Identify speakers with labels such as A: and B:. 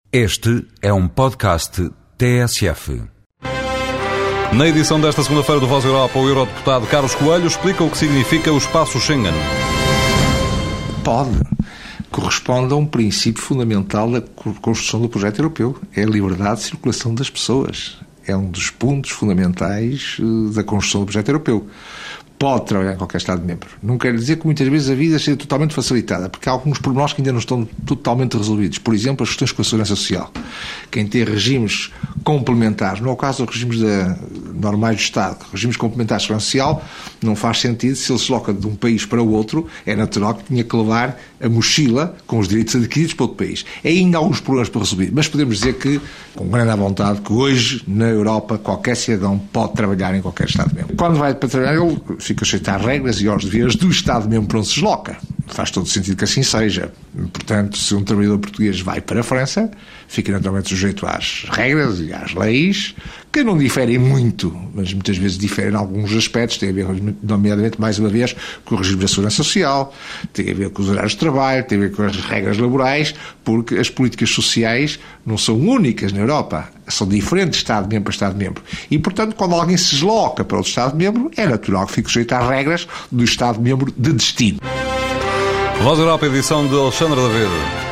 A: Este é um podcast TSF.
B: Na edição desta segunda-feira do Voz Europa, o eurodeputado Carlos Coelho explica o que significa o espaço Schengen.
C: Corresponde a um princípio fundamental da construção do projeto europeu. É a liberdade de circulação das pessoas. É um dos pontos fundamentais da construção do projeto europeu. Pode trabalhar em qualquer Estado-membro. Não quer dizer que muitas vezes a vida seja totalmente facilitada, porque há alguns pormenores que ainda não estão totalmente resolvidos. Por exemplo, as questões com a segurança social. Quem tem regimes complementares, não é o caso dos regimes normais do Estado, regimes complementares de segurança social, não faz sentido, se ele se desloca de um país para o outro, é natural que tenha que levar a mochila com os direitos adquiridos para outro país. É ainda alguns problemas para resolver, mas podemos dizer que, com grande vontade, que hoje, na Europa, qualquer cidadão pode trabalhar em qualquer Estado-membro. Quando vai para trabalhar, ele fica sujeito às regras e aos deveres do Estado-membro para onde se desloca. Faz todo sentido que assim seja. Portanto, se um trabalhador português vai para a França, fica naturalmente sujeito às regras e às leis, que não diferem muito, mas muitas vezes diferem em alguns aspectos. Tem a ver, nomeadamente, mais uma vez, com o regime da segurança social, tem a ver com os horários de trabalho, tem a ver com as regras laborais, porque as políticas sociais não são únicas na Europa, são diferentes de Estado-membro para Estado-membro. E, portanto, quando alguém se desloca para outro Estado-membro, é natural que fique sujeito às regras do Estado-membro de destino.
B: Voz Europa, edição de Alexandre David.